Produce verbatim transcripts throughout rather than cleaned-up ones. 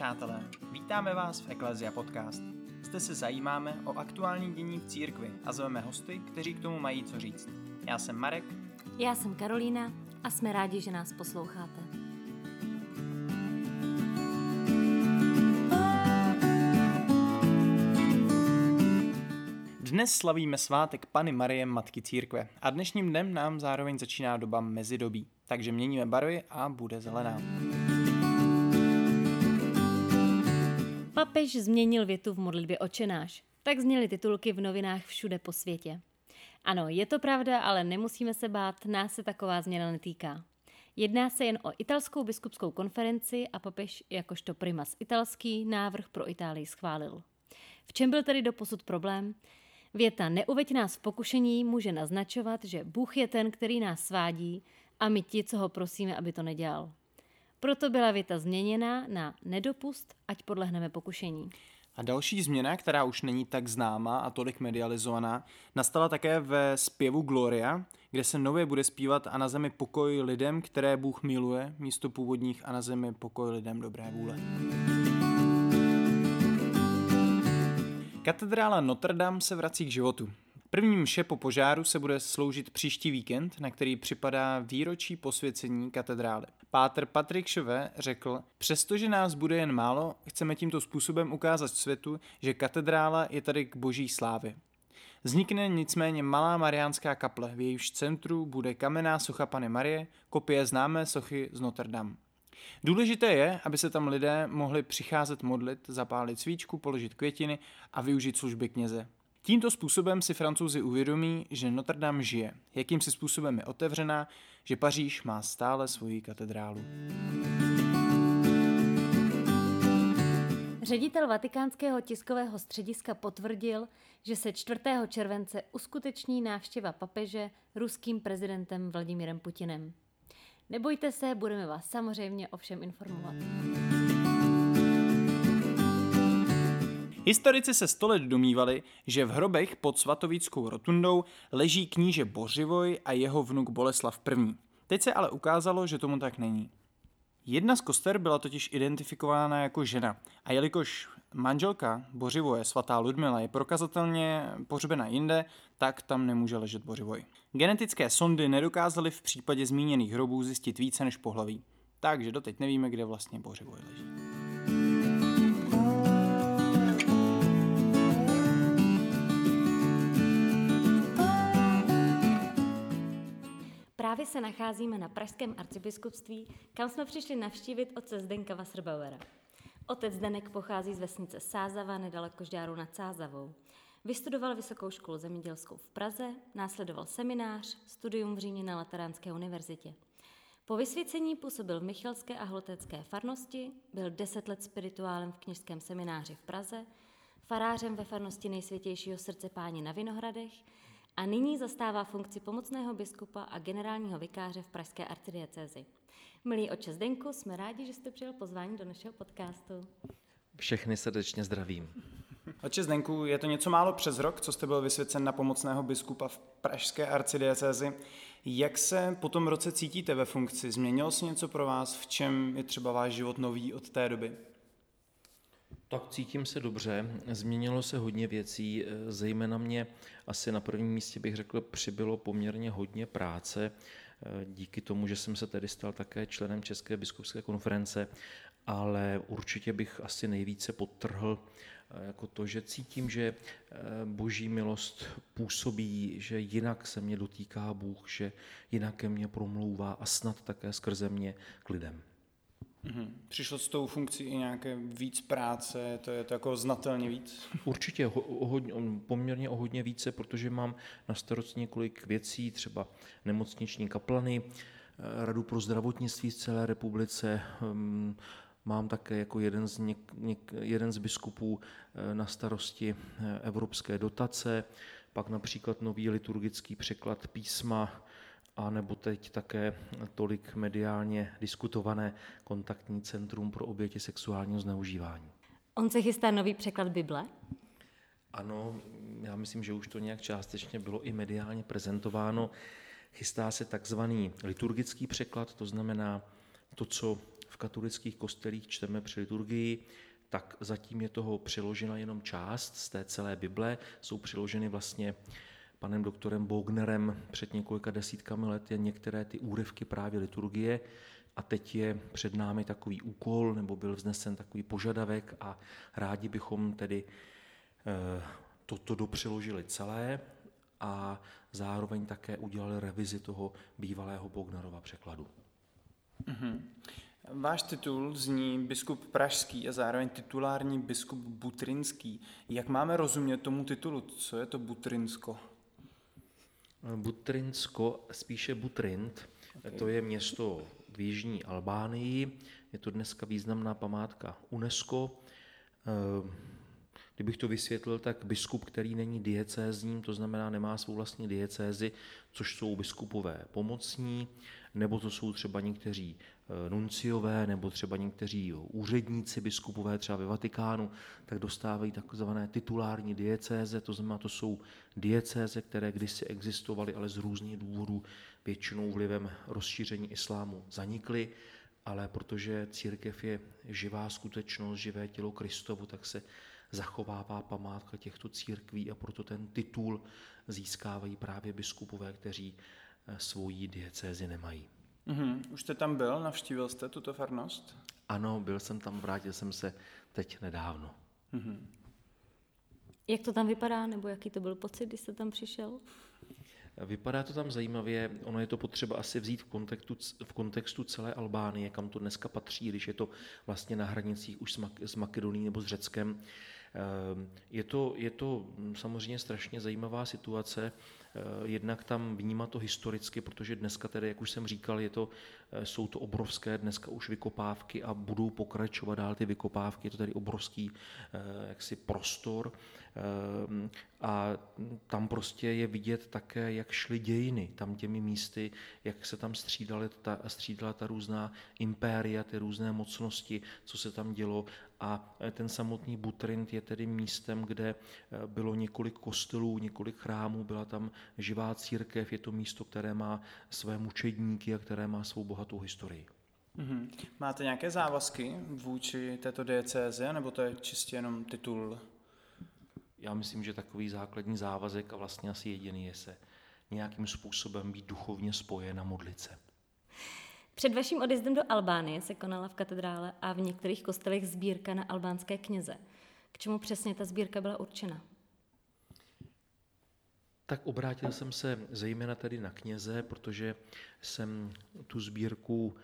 přátelé, vítáme vás v Ecclesia Podcast. Zde se zajímáme o aktuální dění v církvi a zveme hosty, kteří k tomu mají co říct. Já jsem Marek. Já jsem Karolína a jsme rádi, že nás posloucháte. Dnes slavíme svátek Panny Marie, Matky církve, a dnešním dnem nám zároveň začíná doba mezidobí, takže měníme barvy a bude zelená. Papež změnil větu v modlitbě Otčenáš. Tak zněly titulky v novinách všude po světě. Ano, je to pravda, ale nemusíme se bát, nás se taková změna netýká. Jedná se jen o italskou biskupskou konferenci a papež jakožto primas italský návrh pro Itálii schválil. V čem byl tedy doposud problém? Věta neuveď nás v pokušení může naznačovat, že Bůh je ten, který nás svádí a my ti, co ho prosíme, aby to nedělal. Proto byla věta změněna na nedopust, ať podlehneme pokušení. A další změna, která už není tak známá a tolik medializovaná, nastala také ve zpěvu Gloria, kde se nově bude zpívat a na zemi pokoj lidem, které Bůh miluje, místo původních a na zemi pokoj lidem dobré vůle. Katedrála Notre Dame se vrací k životu. První mše po požáru se bude sloužit příští víkend, na který připadá výročí posvěcení katedrály. Páter Patrick Chauvet řekl, přestože nás bude jen málo, chceme tímto způsobem ukázat světu, že katedrála je tady k boží slávě. Vznikne nicméně malá mariánská kaple, v jejímž centru bude kamenná socha Panny Marie, kopie známé sochy z Notre Dame. Důležité je, aby se tam lidé mohli přicházet modlit, zapálit svíčku, položit květiny a využít služby kněze. Tímto způsobem si Francouzi uvědomí, že Notre Dame žije, jakýmsi způsobem je otevřená, že Paříž má stále svoji katedrálu. Ředitel Vatikánského tiskového střediska potvrdil, že se čtvrtého července uskuteční návštěva papeže ruským prezidentem Vladimirem Putinem. Nebojte se, budeme vás samozřejmě o všem informovat. Historici se sto let domnívali, že v hrobech pod Svatovíckou rotundou leží kníže Bořivoj a jeho vnuk Boleslav I. Teď se ale ukázalo, že tomu tak není. Jedna z koster byla totiž identifikována jako žena a jelikož manželka Bořivoje, svatá Ludmila, je prokazatelně pohřbena jinde, tak tam nemůže ležet Bořivoj. Genetické sondy nedokázaly v případě zmíněných hrobů zjistit více než pohlaví, takže doteď nevíme, kde vlastně Bořivoj leží. Právě se nacházíme na pražském arcibiskupství, kam jsme přišli navštívit otce Zdenka Wasserbauera. Otec Zdenek pochází z vesnice Sázava, nedaleko Žďáru nad Sázavou. Vystudoval vysokou školu zemědělskou v Praze, následoval seminář, studium v Římě na Lateránské univerzitě. Po vysvěcení působil v Michalské a Hlotecké farnosti, byl deset let spirituálem v kněžském semináři v Praze, farářem ve farnosti Nejsvětějšího srdce Páně na Vinohradech a nyní zastává funkci pomocného biskupa a generálního vikáře v pražské arcidiecézi. Milý otče Zdenku, jsme rádi, že jste přijal pozvání do našeho podcastu. Všechny srdečně zdravím. Otče Zdenku, je to něco málo přes rok, co jste byl vysvěcen na pomocného biskupa v pražské arcidiecézi. Jak se po tom roce cítíte ve funkci? Změnilo se něco pro vás? V čem je třeba váš život nový od té doby? Tak cítím se dobře, změnilo se hodně věcí, zejména mě asi na prvním místě bych řekl přibylo poměrně hodně práce, díky tomu, že jsem se tedy stal také členem České biskupské konference, ale určitě bych asi nejvíce podtrhl jako to, že cítím, že boží milost působí, že jinak se mě dotýká Bůh, že jinak ke mně promlouvá a snad také skrze mě k lidem. Mhm. Přišlo s tou funkcí i nějaké víc práce, to je to jako znatelně víc? Určitě o, o hodně, poměrně o hodně více, protože mám na starosti několik věcí, třeba nemocniční kaplany, Radu pro zdravotnictví v celé republice, mám také jako jeden z, něk, něk, jeden z biskupů na starosti evropské dotace, pak například nový liturgický překlad písma, a nebo teď také tolik mediálně diskutované kontaktní centrum pro oběti sexuálního zneužívání. On se chystá nový překlad Bible? Ano, já myslím, že už to nějak částečně bylo i mediálně prezentováno. Chystá se takzvaný liturgický překlad, to znamená to, co v katolických kostelích čteme při liturgii, tak zatím je toho přiložena jenom část z té celé Bible. Jsou přiloženy vlastně panem doktorem Bognerem před několika desítkami let je některé ty úryvky právě liturgie a teď je před námi takový úkol, nebo byl vznesen takový požadavek a rádi bychom tedy e, toto dopřiložili celé a zároveň také udělali revizi toho bývalého Bognerova překladu. Mm-hmm. Váš titul zní biskup pražský a zároveň titulární biskup butrinský. Jak máme rozumět tomu titulu? Co je to Butrinsko? Butrinsko, spíše Butrint, okay. To je město v jižní Albánii, je to dneska významná památka UNESCO. Kdybych to vysvětlil, tak biskup, který není diecézním, to znamená nemá svou vlastní diecézi, což jsou biskupové pomocní, nebo to jsou třeba někteří nunciové, nebo třeba někteří úředníci biskupové, třeba ve Vatikánu, tak dostávají takzvané titulární diecéze, to znamená, to jsou diecéze, které kdysi existovaly, ale z různých důvodů, většinou vlivem rozšíření islámu zanikly, ale protože církev je živá skutečnost, živé tělo Kristovo, tak se zachovává památka těchto církví a proto ten titul získávají právě biskupové, kteří svoji diecézi nemají. Mm-hmm. Už jste tam byl? Navštívil jste tuto farnost? Ano, byl jsem tam, vrátil jsem se teď nedávno. Mm-hmm. Jak to tam vypadá, nebo jaký to byl pocit, když jste tam přišel? Vypadá to tam zajímavě, ono je to potřeba asi vzít v kontextu, v kontextu celé Albánie, kam to dneska patří, když je to vlastně na hranicích už s, Mak- s Makedonií nebo s Řeckem. Je to, je to samozřejmě strašně zajímavá situace, jednak tam vnímat to historicky, protože dneska tedy, jak už jsem říkal, je to, jsou to obrovské dneska už vykopávky a budou pokračovat dál ty vykopávky, je to tedy obrovský jaksi prostor a tam prostě je vidět také, jak šly dějiny tam těmi místy, jak se tam střídala ta, střídala ta různá impéria, ty různé mocnosti, co se tam dělo a ten samotný Butrint je tedy místem, kde bylo několik kostelů, několik chrámů, byla tam živá církev, je to místo, které má své mučedníky a které má svou bohatou historii. Mm-hmm. Máte nějaké závazky vůči této diecéze, nebo to je čistě jenom titul? Já myslím, že takový základní závazek a vlastně asi jediný je se nějakým způsobem být duchovně spojen a modlit se. Před vaším odjezdem do Albánie se konala v katedrále a v některých kostelech sbírka na albánské kněze. K čemu přesně ta sbírka byla určena? Tak obrátil jsem se zejména tedy na kněze, protože jsem tu sbírku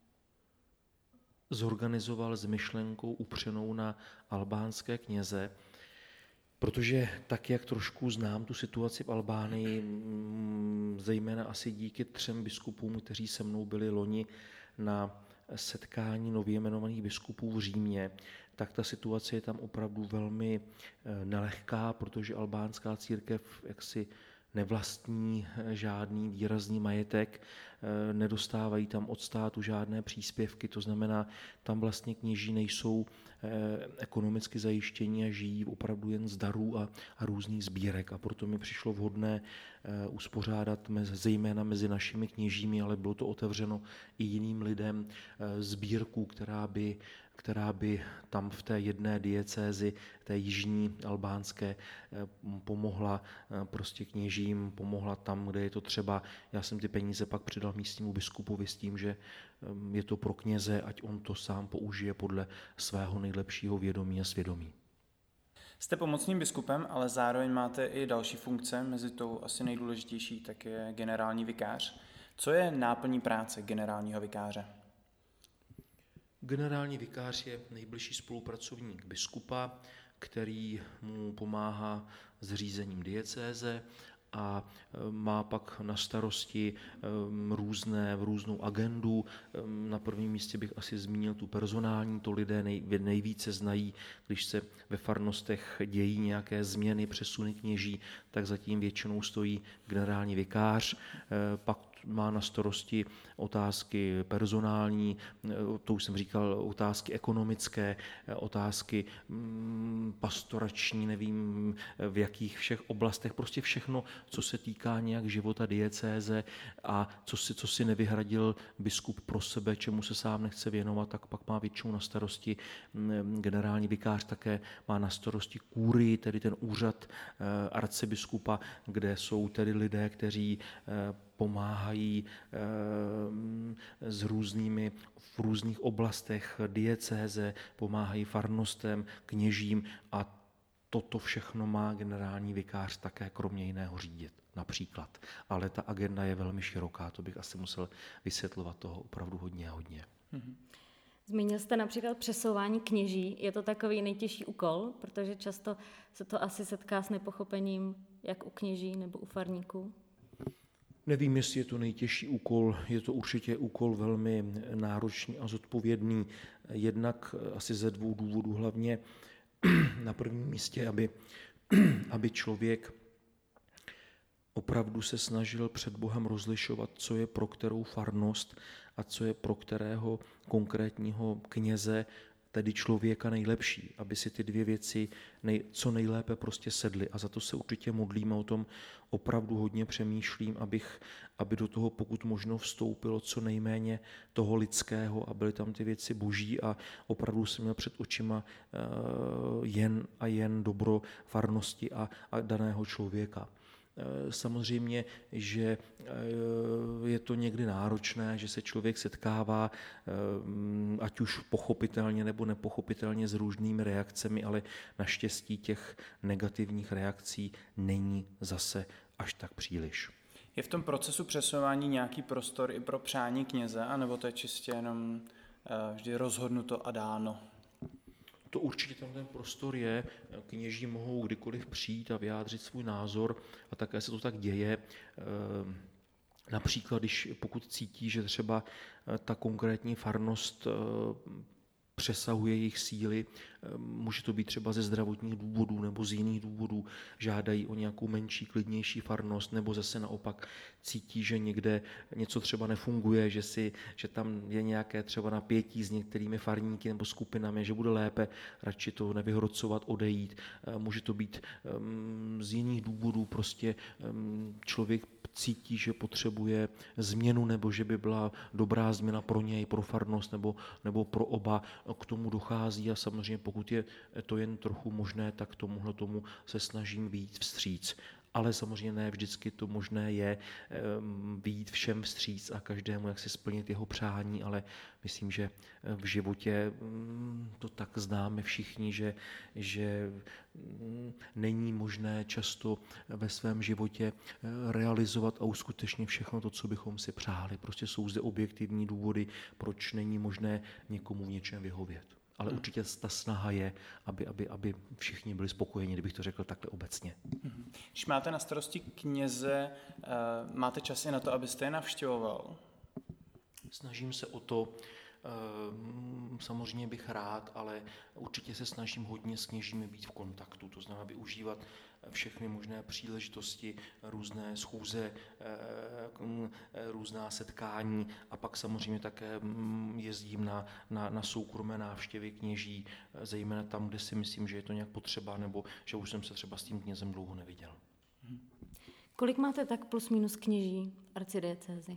zorganizoval s myšlenkou upřenou na albánské kněze, protože tak, jak trošku znám tu situaci v Albánii, zejména asi díky třem biskupům, kteří se mnou byli loni na setkání nově jmenovaných biskupů v Římě, tak ta situace je tam opravdu velmi nelehká, protože albánská církev jaksi nevlastní žádný výrazný majetek, nedostávají tam od státu žádné příspěvky, to znamená, tam vlastně kněží nejsou ekonomicky zajištění a žijí opravdu jen z darů a, a různých sbírek a proto mi přišlo vhodné uspořádat mezi, zejména mezi našimi kněžími, ale bylo to otevřeno i jiným lidem, sbírku, která by která by tam v té jedné diecézi, té jižní albánské, pomohla prostě kněžím, pomohla tam, kde je to třeba. Já jsem ty peníze pak přidal místnímu biskupovi s tím, že je to pro kněze, ať on to sám použije podle svého nejlepšího vědomí a svědomí. Jste pomocným biskupem, ale zároveň máte i další funkce, mezi tou asi nejdůležitější, tak je generální vikář. Co je náplní práce generálního vikáře? Generální vikář je nejbližší spolupracovník biskupa, který mu pomáhá s řízením diecéze a má pak na starosti různé, různou agendu. Na prvním místě bych asi zmínil tu personální, to lidé nej, nejvíce znají, když se ve farnostech dějí nějaké změny, přesuny kněží, tak zatím většinou stojí generální vikář. Pak má na starosti otázky personální, to už jsem říkal, otázky ekonomické, otázky pastorační, nevím v jakých všech oblastech, prostě všechno, co se týká nějak života diecéze a co si, co si nevyhradil biskup pro sebe, čemu se sám nechce věnovat, tak pak má většinou na starosti generální vikář, také má na starosti kúrii, tedy ten úřad arcibiskupa, kde jsou tedy lidé, kteří pomáhají s různými, v různých oblastech diecéze, pomáhají farnostem, kněžím a toto všechno má generální vikář také kromě jiného řídit, například. Ale ta agenda je velmi široká, to bych asi musel vysvětlovat toho opravdu hodně a hodně. Mm-hmm. Zmínil jste například přesouvání kněží. Je to takový nejtěžší úkol, protože často se to asi setká s nepochopením jak u kněží nebo u farníků? Nevím, jestli je to nejtěžší úkol, je to určitě úkol velmi náročný a zodpovědný. Jednak asi ze dvou důvodů, hlavně na prvním místě, aby, aby člověk opravdu se snažil před Bohem rozlišovat, co je pro kterou farnost a co je pro kterého konkrétního kněze, tedy člověka nejlepší, aby si ty dvě věci nej, co nejlépe prostě sedly. A za to se určitě modlím a o tom opravdu hodně přemýšlím, abych, aby do toho pokud možno vstoupilo co nejméně toho lidského a byly tam ty věci boží a opravdu jsem měl před očima uh, jen a jen dobro farnosti a, a daného člověka. Samozřejmě, že je to někdy náročné, že se člověk setkává, ať už pochopitelně nebo nepochopitelně s různými reakcemi, ale naštěstí těch negativních reakcí není zase až tak příliš. Je v tom procesu přesouvání nějaký prostor i pro přání kněze, anebo to je čistě jenom vždy rozhodnuto a dáno? To určitě tam ten prostor je, kněží mohou kdykoliv přijít a vyjádřit svůj názor a také se to tak děje. Například, když pokud cítí, že třeba ta konkrétní farnost přesahuje jejich síly, může to být třeba ze zdravotních důvodů nebo z jiných důvodů, žádají o nějakou menší, klidnější farnost, nebo zase naopak cítí, že někde něco třeba nefunguje, že, si, že tam je nějaké třeba napětí s některými farníky nebo skupinami, že bude lépe radši to nevyhrocovat, odejít. Může to být um, z jiných důvodů, prostě um, člověk cítí, že potřebuje změnu nebo že by byla dobrá změna pro něj, pro farnost nebo, nebo pro oba, k tomu dochází a samozřejmě pokud je to jen trochu možné, tak tomuhle tomu se snažím vyjít vstříc. Ale samozřejmě ne vždycky to možné je um, vyjít všem vstříc a každému, jak si splnit jeho přání, ale myslím, že v životě um, to tak známe všichni, že, že um, není možné často ve svém životě realizovat a uskutečnit všechno to, co bychom si přáli. Prostě jsou zde objektivní důvody, proč není možné někomu v něčem vyhovět. Ale určitě ta snaha je, aby, aby, aby všichni byli spokojeni, kdybych to řekl takhle obecně. Když máte na starosti kněze, máte čas i na to, abyste je navštěvoval? Snažím se o to, samozřejmě bych rád, ale určitě se snažím hodně s kněžími být v kontaktu, to znamená využívat všechny možné příležitosti, různé schůze, různá setkání a pak samozřejmě také jezdím na, na, na soukromé návštěvy kněží, zejména tam, kde si myslím, že je to nějak potřeba, nebo že už jsem se třeba s tím knězem dlouho neviděl. Kolik máte tak plus minus kněží arcidiecézy?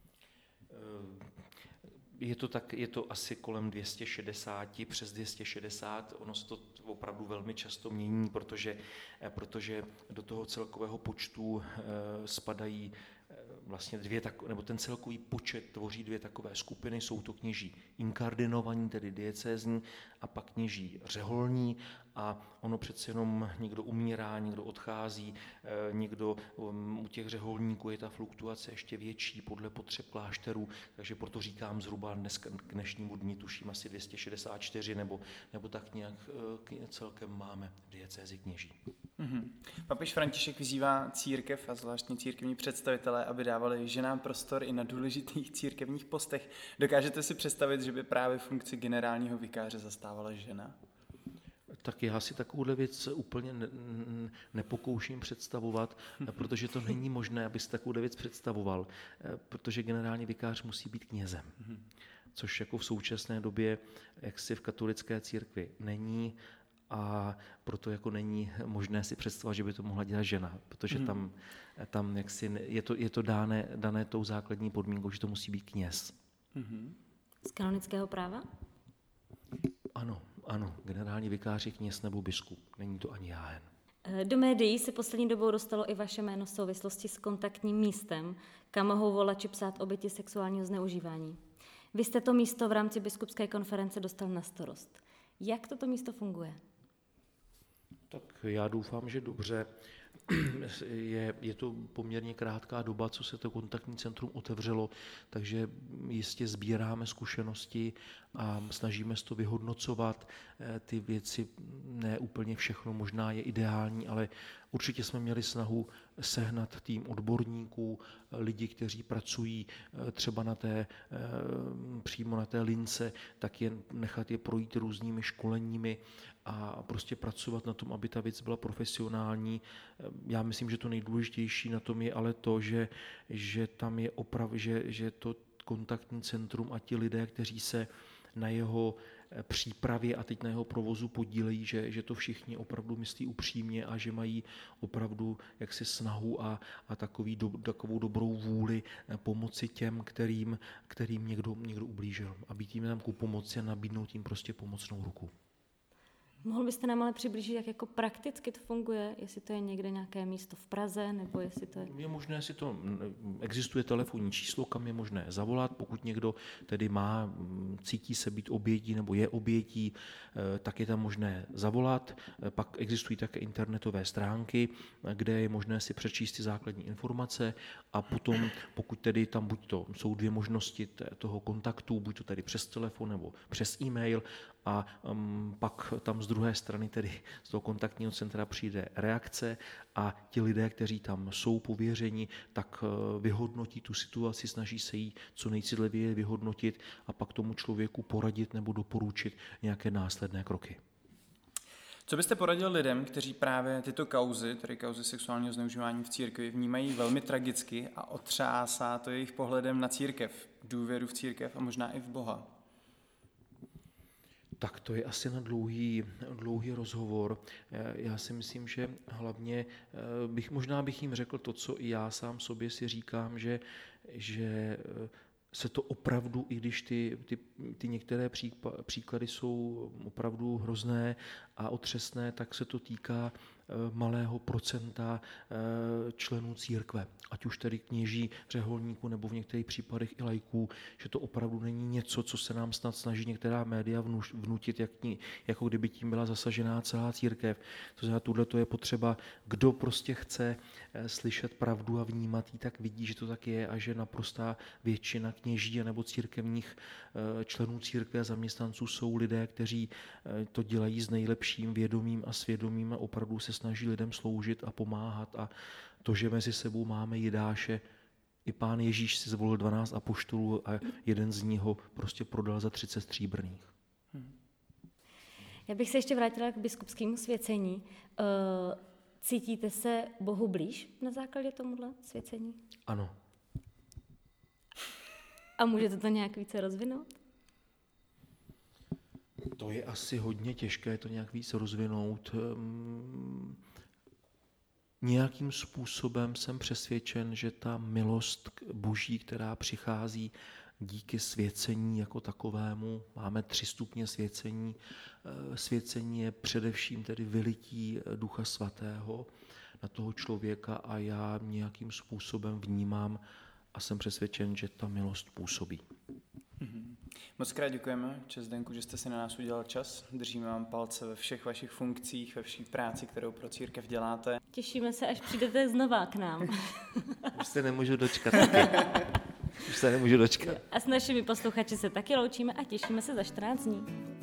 Je to, tak, je to asi kolem dvě stě šedesát, přes dvě stě šedesát, ono se to opravdu velmi často mění, protože, protože do toho celkového počtu e, spadají e, vlastně dvě, tak, nebo ten celkový počet tvoří dvě takové skupiny, jsou to kněží inkardinovaní, tedy diecézní, a pak kněží řeholní a ono přece jenom někdo umírá, někdo odchází, někdo u těch řeholníků je ta fluktuace ještě větší podle potřeb klášterů, takže proto říkám zhruba dnes k dnešnímu dni tuším asi dvě stě šedesát čtyři nebo, nebo tak nějak celkem máme diecézi kněží. Mm-hmm. Papež František vyzývá církev a zvláštní církevní představitelé, aby dávali ženám prostor i na důležitých církevních postech. Dokážete si představit, že by právě funkci generálního vikáře zastávala žena? Tak já si takovouhle věc úplně ne, nepokouším představovat, protože to není možné, aby si takovouhle věc představoval, protože generální vikář musí být knězem, což jako v současné době jaksi v katolické církvi není a proto jako není možné si představovat, že by to mohla dělat žena, protože tam, tam jaksi je to, je to dané, dané tou základní podmínkou, že to musí být kněz. Z kanonického práva? Ano, ano, generální vikář je kněz nebo biskup, není to ani jáhen. Do médií se poslední dobou dostalo i vaše jméno v souvislosti s kontaktním místem, kam mohou volači psát oběti sexuálního zneužívání. Vy jste to místo v rámci biskupské konference dostal na starost. Jak toto místo funguje? Tak já doufám, že dobře. Je, je to poměrně krátká doba, co se to kontaktní centrum otevřelo, takže jistě sbíráme zkušenosti a snažíme se to vyhodnocovat. Ty věci, ne úplně všechno možná je ideální, ale určitě jsme měli snahu sehnat tým odborníků, lidi, kteří pracují třeba na té, přímo na té lince, tak je nechat je projít různými školeními a prostě pracovat na tom, aby ta věc byla profesionální. Já myslím, že to nejdůležitější na tom je ale to, že, že tam je opravdu, že, že to kontaktní centrum a ti lidé, kteří se na jeho přípravě a teď na jeho provozu podílejí, že, že to všichni opravdu myslí upřímně a že mají opravdu jaksi snahu a, a takový do, takovou dobrou vůli pomoci těm, kterým, kterým někdo, někdo ublížil. A být jim tam ku pomoci a nabídnout jim prostě pomocnou ruku. Mohl byste nám ale přiblížit, jak jako prakticky to funguje, jestli to je někde nějaké místo v Praze, nebo jestli to je... Je možné si to, existuje telefonní číslo, kam je možné zavolat, pokud někdo tedy má, cítí se být obětí nebo je obětí, tak je tam možné zavolat. Pak existují také internetové stránky, kde je možné si přečíst ty základní informace a potom, pokud tedy tam buď to jsou dvě možnosti toho kontaktu, buď to tedy přes telefon nebo přes e-mail, a um, pak tam z druhé strany, tedy z toho kontaktního centra, přijde reakce a ti lidé, kteří tam jsou pověřeni, tak uh, vyhodnotí tu situaci, snaží se jí co nejcitlivěji vyhodnotit a pak tomu člověku poradit nebo doporučit nějaké následné kroky. Co byste poradil lidem, kteří právě tyto kauzy, tedy kauzy sexuálního zneužívání v církvi, vnímají velmi tragicky a otřásá to jejich pohledem na církev, důvěru v církev a možná i v Boha? Tak to je asi na dlouhý, dlouhý rozhovor. Já si myslím, že hlavně bych, možná bych jim řekl to, co i já sám sobě si říkám, že, že se to opravdu, i když ty, ty, ty některé příklady jsou opravdu hrozné a otřesné, tak se to týká malého procenta členů církve, ať už tedy kněží, řeholníků nebo v některých případech i laiků, že to opravdu není něco, co se nám snad snaží některá média vnutit, jak, jako kdyby tím byla zasažená celá církev. To znamená, tuhle to je potřeba, kdo prostě chce slyšet pravdu a vnímat ji, tak vidí, že to tak je a že naprostá většina kněží nebo církevních členů církve a zaměstnanců jsou lidé, kteří to dělají s nejlepším vědomím a svědomím a opravdu se snaží lidem sloužit a pomáhat a to, že mezi sebou máme Jidáše, i pán Ježíš si zvolil dvanáct apoštolů a jeden z nich ho prostě prodal za třicet stříbrných. Já bych se ještě vrátila k biskupskému svěcení. Cítíte se Bohu blíž na základě tomuhle svěcení? Ano. A můžete to nějak více rozvinout? To je asi hodně těžké to nějak víc rozvinout. Nějakým způsobem jsem přesvědčen, že ta milost Boží, která přichází díky svěcení jako takovému, máme tři stupně svěcení. Svěcení je především tedy vylití Ducha Svatého na toho člověka a já nějakým způsobem vnímám a jsem přesvědčen, že ta milost působí. Mm-hmm. Moc krát děkujeme, Čes Zdenku, že jste si na nás udělal čas. Držíme vám palce ve všech vašich funkcích, ve vší práci, kterou pro církev děláte. Těšíme se, až přijdete znova k nám. Už se nemůžu dočkat. Už se nemůžu dočkat. A s našimi posluchači se taky loučíme a těšíme se za čtrnáct dní.